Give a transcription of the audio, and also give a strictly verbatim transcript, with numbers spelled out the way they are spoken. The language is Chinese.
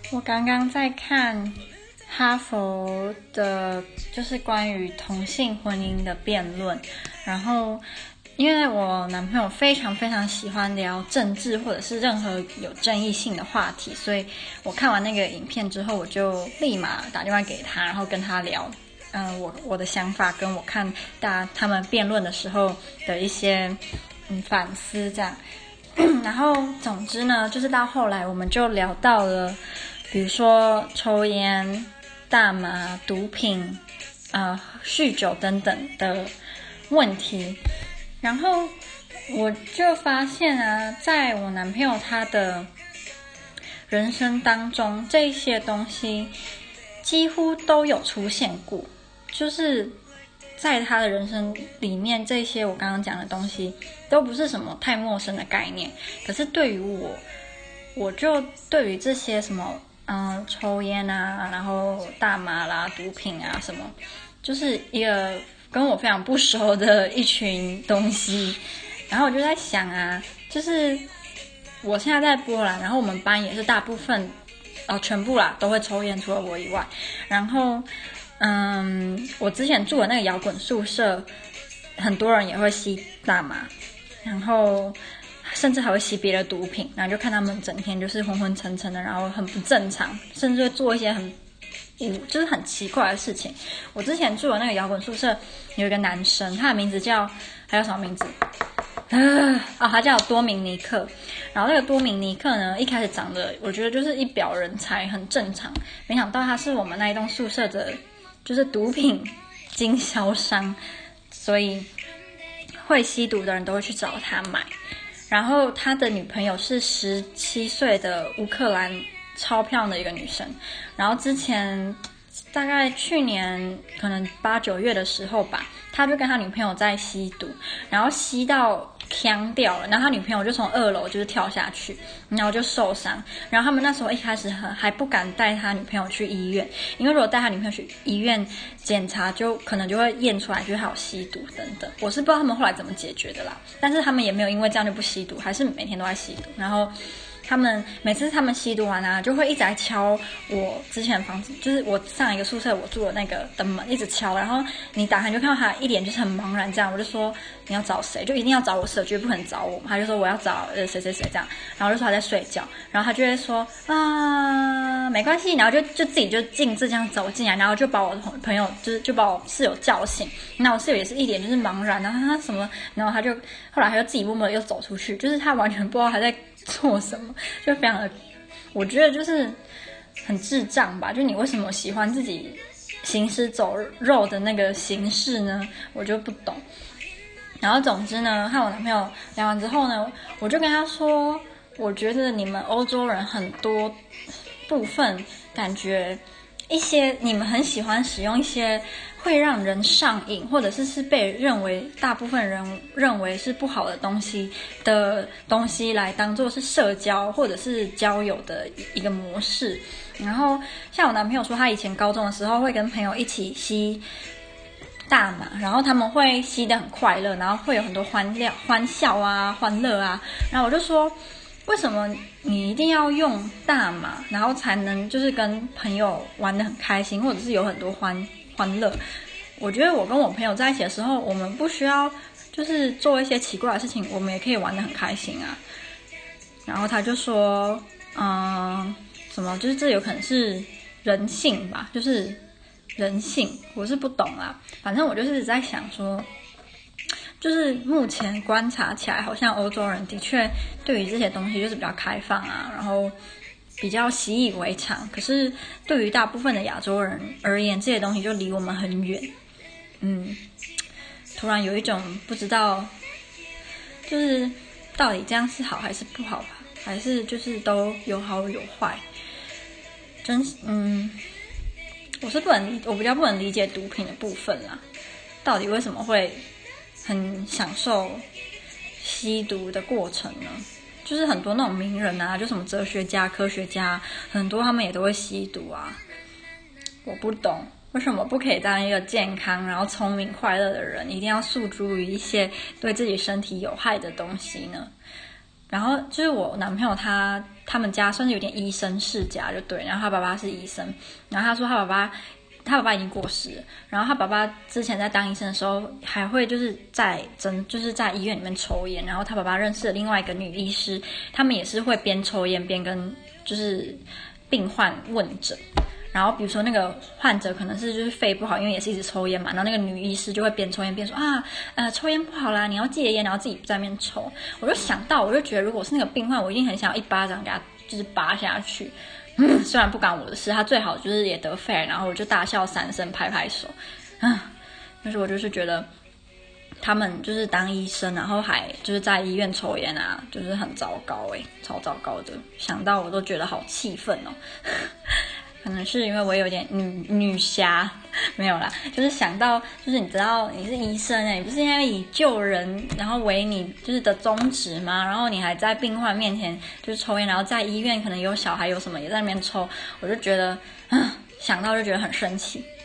我刚刚在看哈佛的，就是关于同性婚姻的辩论，然后因为我男朋友非常非常喜欢聊政治或者是任何有争议性的话题，所以我看完那个影片之后，我就立马打电话给他，然后跟他聊，嗯、呃，我我的想法跟我看大家他们辩论的时候的一些嗯反思这样。然后总之呢，就是到后来我们就聊到了，比如说抽烟、大麻、毒品、呃酗酒等等的问题。然后我就发现啊，在我男朋友他的人生当中，这些东西几乎都有出现过，就是在他的人生里面，这些我刚刚讲的东西都不是什么太陌生的概念。可是对于我，我就对于这些什么嗯抽烟啊，然后大麻啦、毒品啊什么，就是一个跟我非常不熟的一群东西。然后我就在想啊，就是我现在在波兰，然后我们班也是大部分呃全部啦都会抽烟，除了我以外。然后嗯，我之前住的那个摇滚宿舍，很多人也会吸大麻，然后甚至还会吸别的毒品，然后就看他们整天就是昏昏沉沉的，然后很不正常，甚至会做一些很就是很奇怪的事情。我之前住的那个摇滚宿舍有一个男生，他的名字叫，还有什么名字啊、哦，他叫多明尼克。然后那个多明尼克呢，一开始长得我觉得就是一表人才，很正常，没想到他是我们那一栋宿舍的就是毒品经销商，所以会吸毒的人都会去找他买。然后他的女朋友是十七岁的乌克兰超漂亮的一个女生，然后之前大概去年可能八九月的时候吧，他就跟他女朋友在吸毒，然后吸到呛掉了，然后他女朋友就从二楼就是跳下去，然后就受伤。然后他们那时候一开始还不敢带他女朋友去医院，因为如果带他女朋友去医院检查，就可能就会验出来就是他有吸毒等等。我是不知道他们后来怎么解决的啦，但是他们也没有因为这样就不吸毒，还是每天都在吸毒。然后他们每次他们吸毒完啊，就会一直来敲我之前的房子，就是我上一个宿舍我住的那个的门，一直敲。然后你打开就看到他一脸就是很茫然这样，我就说你要找谁？就一定要找我舍，绝不可能找我。他就说我要找呃谁谁谁这样，然后我就说他在睡觉，然后他就会说啊没关系，然后就就自己就径自这样走进来，然后就把我的朋友就是就把我室友叫醒。那我室友也是一脸就是茫然，然后他什么，然后他就后来他就自己默默的又走出去，就是他完全不知道他在做什么，就非常的，我觉得就是很智障吧。就你为什么喜欢自己行尸走肉的那个形式呢？我就不懂。然后总之呢，和我男朋友聊完之后呢，我就跟他说，我觉得你们欧洲人很多部分感觉一些你们很喜欢使用一些会让人上瘾，或者是是被认为大部分人认为是不好的东西的东西来当做是社交或者是交友的一个模式。然后像我男朋友说，他以前高中的时候会跟朋友一起吸大麻，然后他们会吸得很快乐，然后会有很多欢料欢笑啊欢乐啊。然后我就说，为什么你一定要用大麻，然后才能就是跟朋友玩得很开心，或者是有很多欢欢乐？我觉得我跟我朋友在一起的时候，我们不需要就是做一些奇怪的事情，我们也可以玩得很开心啊。然后他就说，嗯，什么就是这有可能是人性吧，就是人性，我是不懂啦。反正我就是在想说，就是目前观察起来，好像欧洲人的确对于这些东西就是比较开放啊，然后比较习以为常。可是对于大部分的亚洲人而言，这些东西就离我们很远。嗯，突然有一种不知道，就是到底这样是好还是不好吧？还是就是都有好有坏？真嗯，我是不能，我比较不能理解毒品的部分啦。到底为什么会很享受吸毒的过程呢？就是很多那种名人啊，就什么哲学家、科学家，很多他们也都会吸毒啊。我不懂为什么不可以当一个健康、然后聪明、快乐的人，一定要诉诸于一些对自己身体有害的东西呢？然后就是我男朋友他他们家算是有点医生世家就对，然后他爸爸是医生，然后他说他爸爸他爸爸已经过世了，然后他爸爸之前在当医生的时候还会就是在诊就是在医院里面抽烟，然后他爸爸认识了另外一个女医师，他们也是会边抽烟边跟就是病患问诊。然后比如说那个患者可能是就是肺不好，因为也是一直抽烟嘛，然后那个女医师就会边抽烟边说啊，呃，抽烟不好啦，你要戒烟，然后自己在那边抽。我就想到，我就觉得如果是那个病患，我一定很想要一巴掌给他就是拔下去。嗯，虽然不干我的事，他最好就是也得肺，然后我就大笑三声，拍拍手。啊，但是我就是觉得他们就是当医生，然后还就是在医院抽烟啊，就是很糟糕诶，超糟糕的。想到我都觉得好气愤哦。可能是因为我有点女女侠，没有啦，就是想到就是你知道你是医生哎，你不是应该以救人然后为你就是的宗旨吗？然后你还在病患面前就是抽烟，然后在医院可能有小孩有什么也在那边抽，我就觉得啊，想到就觉得很生气。